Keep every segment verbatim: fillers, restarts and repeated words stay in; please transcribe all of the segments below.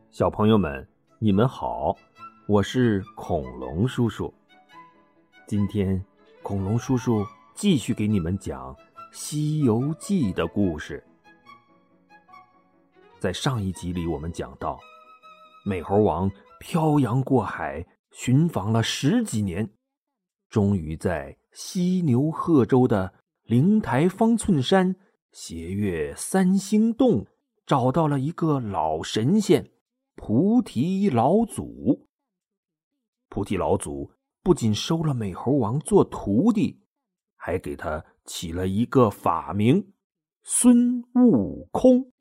小朋友们，你们好，我是恐龙叔叔。今天，恐龙叔叔继续给你们讲《西游记》的故事。在上一集里，我们讲到，美猴王漂洋过海，寻访了十几年，终于在犀牛贺州的灵台方寸山斜月三星洞找到了一个老神仙菩提老祖。菩提老祖不仅收了美猴王做徒弟，还给他起了一个法名孙悟空。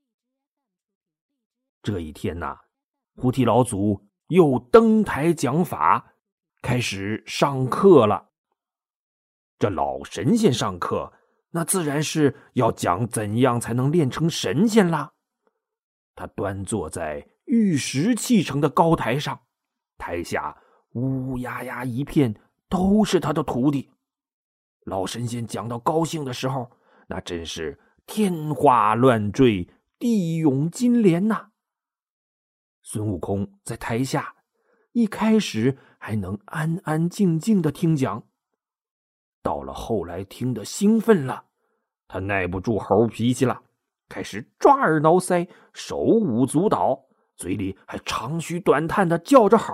这一天呐，菩提老祖又登台讲法，开始上课了。这老神仙上课，那自然是要讲怎样才能练成神仙啦。他端坐在玉石砌成的高台上，台下乌压压一片，都是他的徒弟。老神仙讲到高兴的时候，那真是天花乱坠，地涌金莲呐。孙悟空在台下一开始还能安安静静的听讲，到了后来听得兴奋了，他耐不住猴脾气了，开始抓耳挠腮，手舞足蹈，嘴里还长吁短叹的叫着好。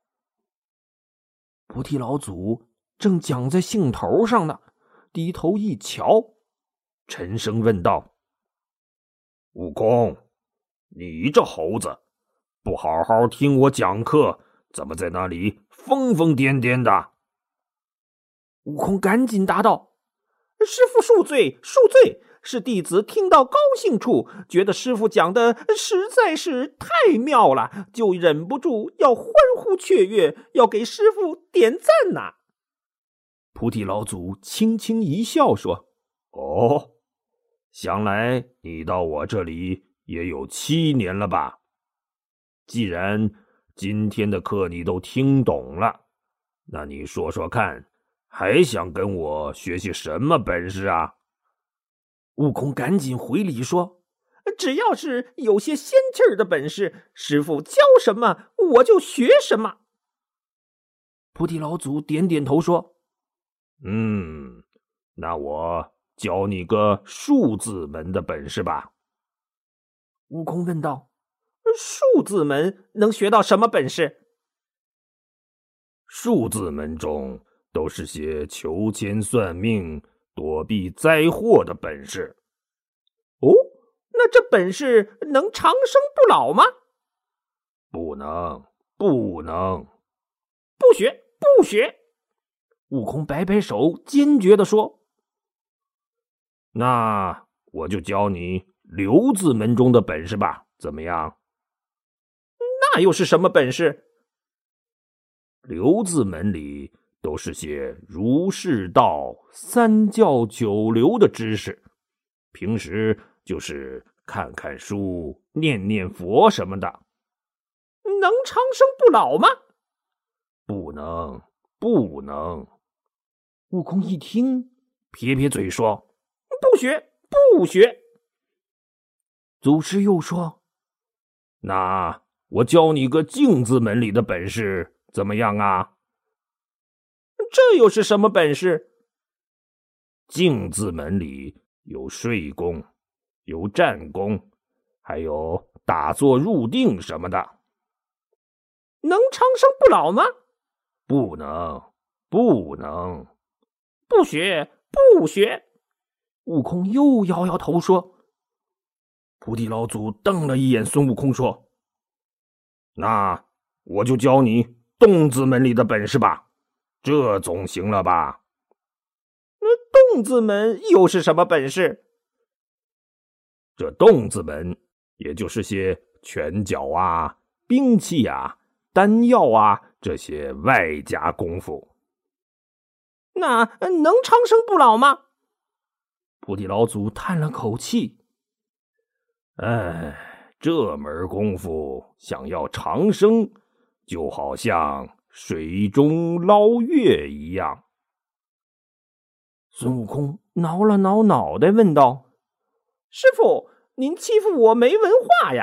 菩提老祖正讲在兴头上呢，低头一瞧，沉声问道：悟空，你这猴子不好好听我讲课，怎么在那里疯疯癫癫的？悟空赶紧答道：师父恕罪恕罪，是弟子听到高兴处，觉得师父讲的实在是太妙了，就忍不住要欢呼雀跃，要给师父点赞呐、啊。菩提老祖轻轻一笑说：哦，想来你到我这里也有七年了吧？既然今天的课你都听懂了，那你说说看，还想跟我学习什么本事啊？悟空赶紧回礼说：只要是有些仙气儿的本事，师父教什么我就学什么。菩提老祖点点头说：嗯，那我教你个数字门的本事吧。悟空问道：数字门能学到什么本事？数字门中都是些求签算命、躲避灾祸的本事。哦，那这本事能长生不老吗？不能，不能。不学，不学！悟空摆摆手，坚决地说：那我就教你留字门中的本事吧，怎么样？那又是什么本事？留字门里都是些儒释道三教九流的知识，平时就是看看书、念念佛什么的。能长生不老吗？不能，不能。悟空一听，撇撇嘴说：不学，不学。祖师又说：那我教你个镜字门里的本事怎么样啊？这又是什么本事？镜字门里有睡功，有战功，还有打坐入定什么的。能长生不老吗？不能，不能。不学，不学。悟空又摇摇头说。菩提老祖瞪了一眼孙悟空说：那我就教你动字门里的本事吧，这总行了吧？那动字门又是什么本事？这动字门也就是些拳脚啊、兵器啊、丹药啊这些外加功夫。那能长生不老吗？菩提老祖叹了口气：哎，这门功夫想要长生，就好像水中捞月一样。孙悟空挠了挠脑袋问道：师父，您欺负我没文化呀？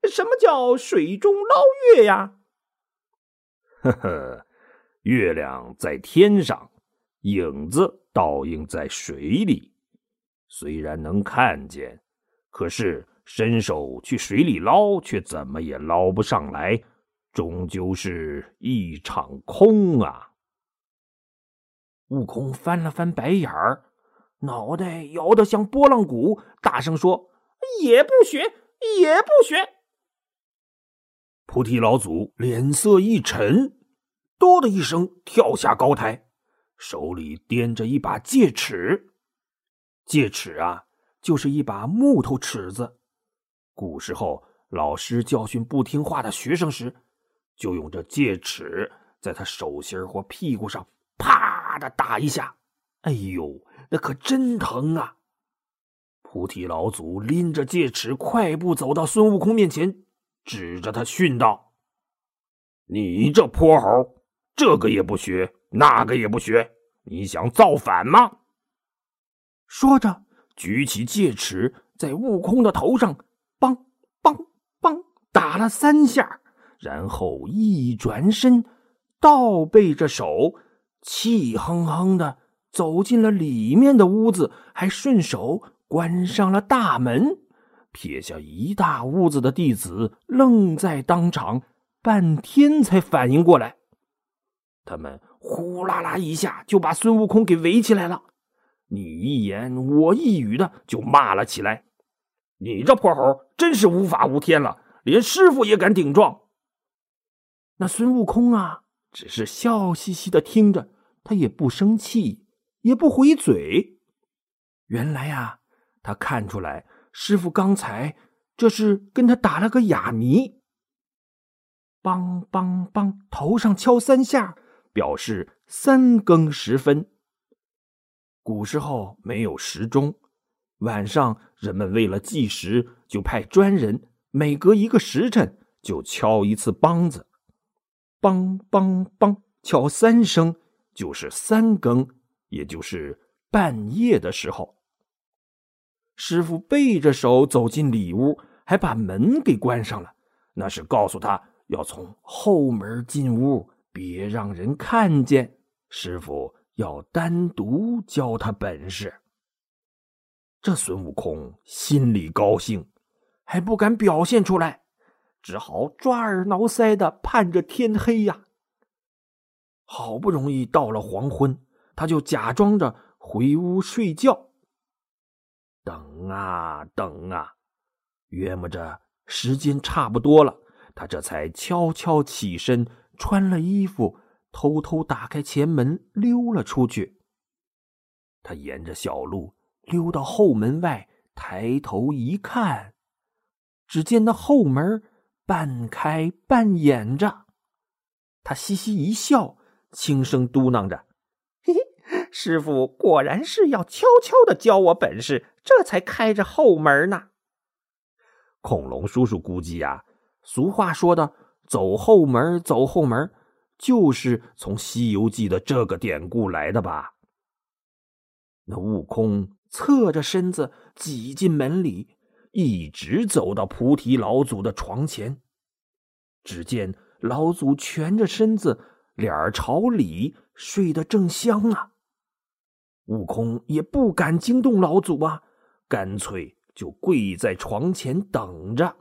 什么叫水中捞月呀？ 呵呵，月亮在天上，影子倒映在水里，虽然能看见，可是伸手去水里捞，却怎么也捞不上来，终究是一场空啊。 悟空翻了翻白眼儿，脑袋摇得像拨浪鼓，大声说：也不学，也不学。 菩提老祖脸色一沉，哆的一声跳下高台，手里掂着一把戒尺。戒尺啊，就是一把木头尺子。古时候老师教训不听话的学生时，就用这戒尺在他手心或屁股上啪的打一下。哎呦，那可真疼啊！菩提老祖拎着戒尺快步走到孙悟空面前，指着他训道：你这泼猴，这个也不学，那个也不学，你想造反吗？说着举起戒尺，在悟空的头上梆梆梆打了三下，然后一转身，倒背着手，气哼哼的走进了里面的屋子，还顺手关上了大门，撇下一大屋子的弟子愣在当场，半天才反应过来。他们呼啦啦一下就把孙悟空给围起来了，你一言我一语的就骂了起来：你这泼猴真是无法无天了，连师傅也敢顶撞。 那孙悟空啊，只是笑嘻嘻的听着，他也不生气，也不回嘴。原来啊，他看出来师傅刚才这是跟他打了个哑谜。梆梆梆，头上敲三下，表示三更时分。古时候没有时钟，晚上人们为了计时，就派专人每隔一个时辰就敲一次梆子。梆梆梆，敲三声就是三更，也就是半夜的时候。师傅背着手走进里屋，还把门给关上了，那是告诉他要从后门进屋，别让人看见，师傅要单独教他本事。这孙悟空心里高兴，还不敢表现出来，只好抓耳挠腮的盼着天黑呀。好不容易到了黄昏，他就假装着回屋睡觉。等啊等啊，约摸着时间差不多了，他这才悄悄起身，穿了衣服，偷偷打开前门溜了出去。他沿着小路溜到后门外，抬头一看，只见那后门半开半掩着。他嘻嘻一笑，轻声嘟囔着：嘿嘿，师傅果然是要悄悄的教我本事，这才开着后门呢。恐龙叔叔估计呀、啊，俗话说的走后门走后门，就是从《西游记》的这个典故来的吧。那悟空侧着身子挤进门里，一直走到菩提老祖的床前。只见老祖蜷着身子，脸儿朝里，睡得正香啊。悟空也不敢惊动老祖啊，干脆就跪在床前等着。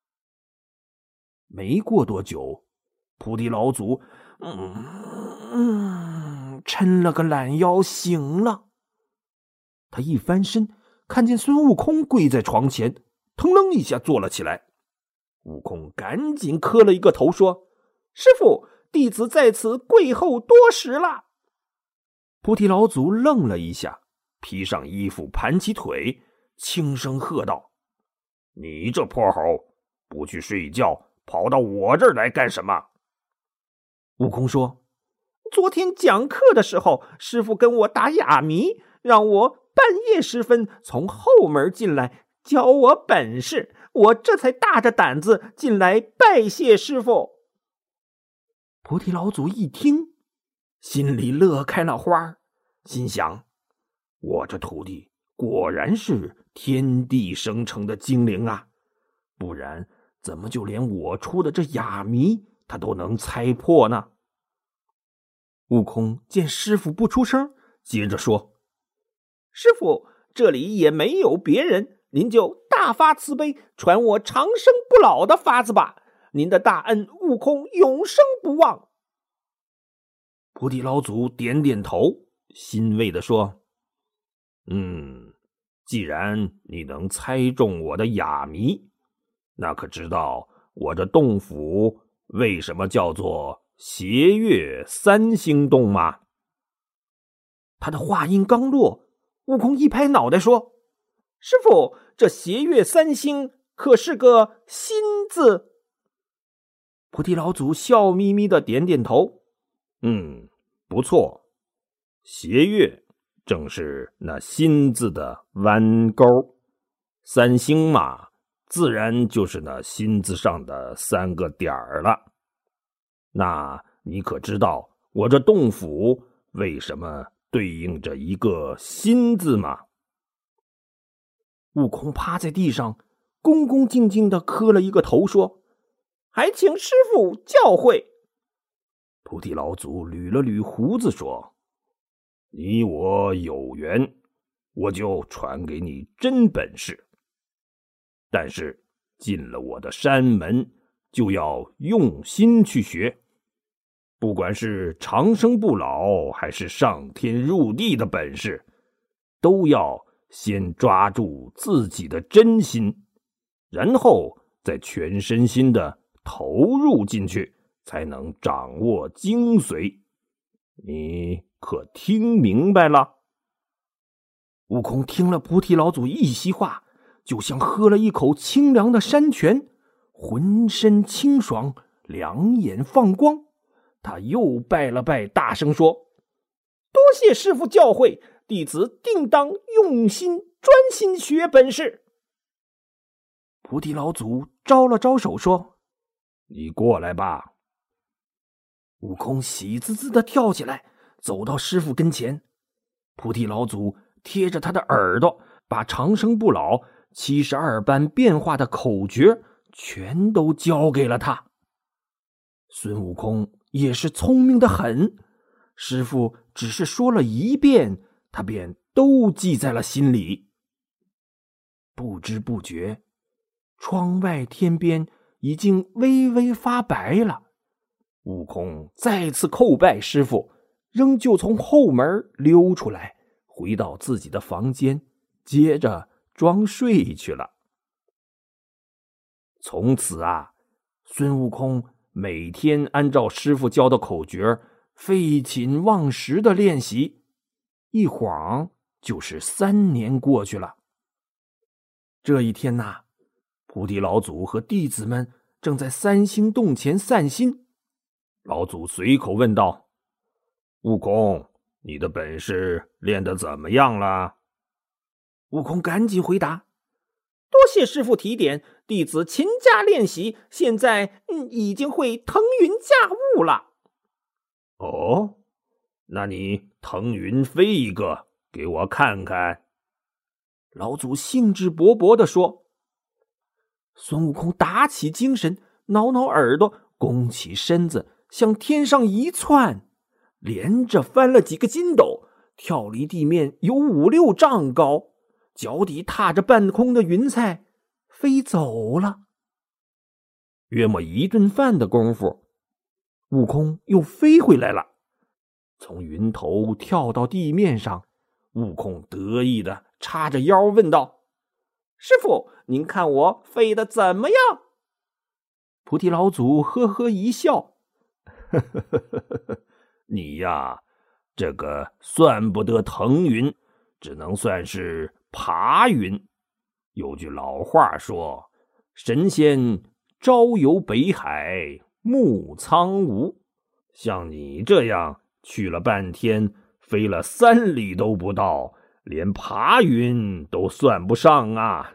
没过多久，菩提老祖嗯嗯抻了个懒腰醒了。他一翻身，看见孙悟空跪在床前，腾楞一下坐了起来。悟空赶紧磕了一个头，说：师父，弟子在此跪候多时了。菩提老祖愣了一下，披上衣服，盘起腿，轻声喝道：你这泼猴，不去睡觉，跑到我这儿来干什么？悟空说：昨天讲课的时候，师父跟我打哑谜，让我半夜时分从后门进来教我本事，我这才大着胆子进来拜谢师父。菩提老祖一听，心里乐开了花，心想：我这徒弟果然是天地生成的精灵啊，不然怎么就连我出的这哑谜他都能猜破呢？悟空见师傅不出声，接着说：师傅，这里也没有别人，您就大发慈悲，传我长生不老的法子吧。您的大恩，悟空永生不忘。菩提老祖点点头，欣慰地说： 嗯，既然你能猜中我的哑谜，那可知道我这洞府为什么叫做斜月三星洞吗？ 他的话音刚落，悟空一拍脑袋说：师傅，这斜月三星可是个心字？菩提老祖笑眯眯的点点头： 嗯，不错，斜月正是那心字的弯钩，三星嘛，自然就是那心字上的三个点儿了。那你可知道我这洞府为什么对应着一个心字吗？ 悟空趴在地上，恭恭敬敬地磕了一个头，说：还请师傅教诲。 菩提老祖捋了捋胡子说：你我有缘，我就传给你真本事。但是进了我的山门，就要用心去学。不管是长生不老，还是上天入地的本事，都要先抓住自己的真心，然后再全身心的投入进去，才能掌握精髓。你可听明白了？ 悟空听了菩提老祖一席话，就像喝了一口清凉的山泉，浑身清爽，两眼放光。他又拜了拜，大声说：多谢师父教诲，弟子定当用心专心学本事。菩提老祖招了招手说： 你过来吧。 悟空喜滋滋地跳起来，走到师父跟前。菩提老祖贴着他的耳朵，把长生不老七十二般变化的口诀全都教给了他。孙悟空也是聪明得很，师父只是说了一遍，他便都记在了心里。不知不觉，窗外天边已经微微发白了。悟空再次叩拜师父，仍旧从后门溜出来，回到自己的房间，接着装睡去了。从此啊，孙悟空每天按照师父教的口诀，废寝忘食的练习，一晃就是三年过去了。这一天呐，菩提老祖和弟子们正在三星洞前散心。 老祖随口问道：悟空，你的本事练得怎么样了？ 悟空赶紧回答：多谢师父提点，弟子勤加练习，现在、嗯、已经会腾云驾雾了。 哦，那你腾云飞一个给我看看。 老祖兴致勃勃地说。孙悟空打起精神，挠挠耳朵，弓起身子，向天上一窜，连着翻了几个筋斗，跳离地面有五六丈高，脚底踏着半空的云彩飞走了。约莫一顿饭的功夫，悟空又飞回来了，从云头跳到地面上，悟空得意的叉着腰问道：师父，您看我飞得怎么样？菩提老祖呵呵一笑： 呵呵呵呵呵，你呀，这个算不得腾云，只能算是爬云。有句老话说：神仙朝游北海暮苍梧。像你这样去了半天，飞了三里都不到，连爬云都算不上啊！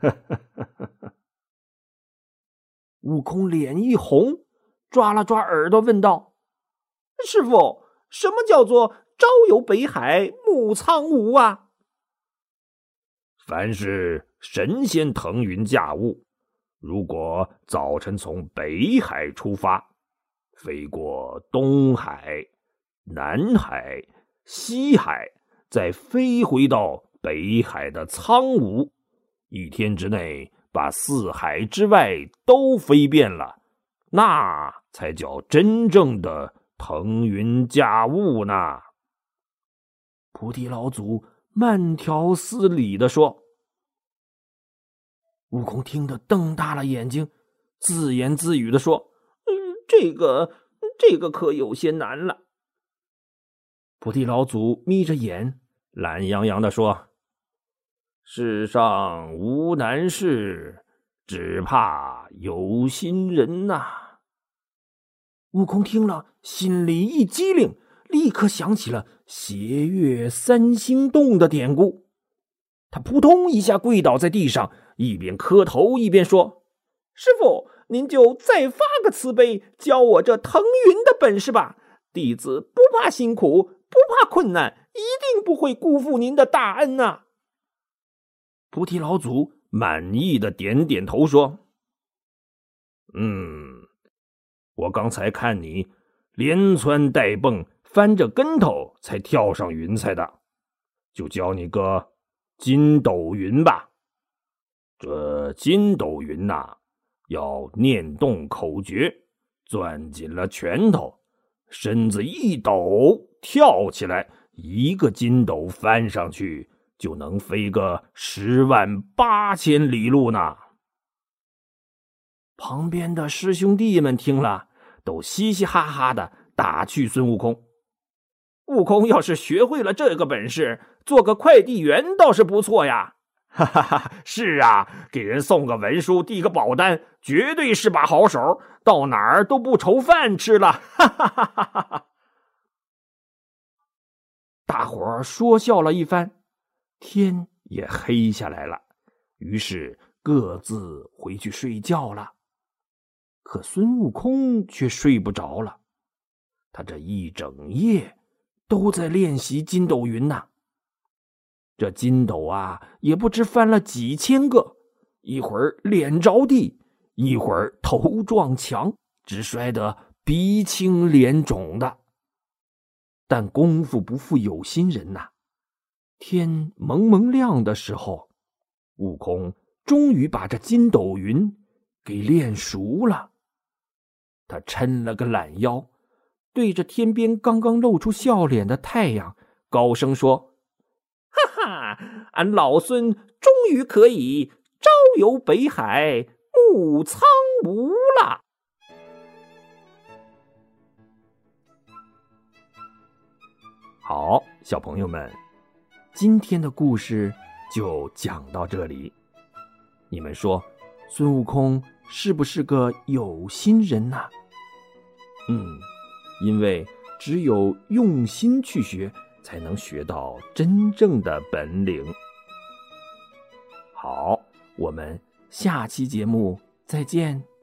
悟空脸一红，抓了抓耳朵问道：师父，什么叫做朝游北海暮苍梧啊？ 凡是神仙腾云驾雾， 如果早晨从北海出发，飞过东海、南海、西海，再飞回到北海的苍梧，一天之内把四海之外都飞遍了，那才叫真正的腾云驾雾呢。 菩提老祖慢条斯理地说。悟空听得瞪大了眼睛，自言自语地说：“嗯，这个，这个可有些难了。”菩提老祖眯着眼，懒洋洋地说：“世上无难事，只怕有心人呐。”悟空听了，心里一激灵，立刻想起了斜月三星洞的典故。他扑通一下跪倒在地上，一边磕头一边说：“师父，您就再发个慈悲，教我这腾云的本事吧！弟子不怕辛苦，不怕困难，一定不会辜负您的大恩呐、啊！”菩提老祖满意的点点头说：“ 嗯，我刚才看你连窜带蹦，翻着跟头才跳上云彩的，就教你个筋斗云吧。这筋斗云呐、啊，要念动口诀，攥紧了拳头，身子一抖，跳起来，一个筋斗翻上去，就能飞个十万八千里路呢。” 旁边的师兄弟们听了，都嘻嘻哈哈的打趣孙悟空：“悟空要是学会了这个本事，做个快递员倒是不错呀！” 哈哈哈，是啊，给人送个文书，递个保单，绝对是把好手，到哪儿都不愁饭吃了。哈哈哈哈哈！ 大伙儿说笑了一番，天也黑下来了，于是各自回去睡觉了。可孙悟空却睡不着了，他这一整夜都在练习筋斗云呐、啊。这筋斗啊，也不知翻了几千个，一会儿脸着地，一会儿头撞墙，只摔得鼻青脸肿的。但功夫不负有心人呐、啊，天蒙蒙亮的时候，悟空终于把这筋斗云给练熟了。他抻了个懒腰，对着天边刚刚露出笑脸的太阳高声说：“哈哈，俺老孙终于可以朝游北海，沐苍梧了。”好，小朋友们，今天的故事就讲到这里。你们说，孙悟空是不是个有心人呐？嗯，因为只有用心去学，才能学到真正的本领。好，我们下期节目再见。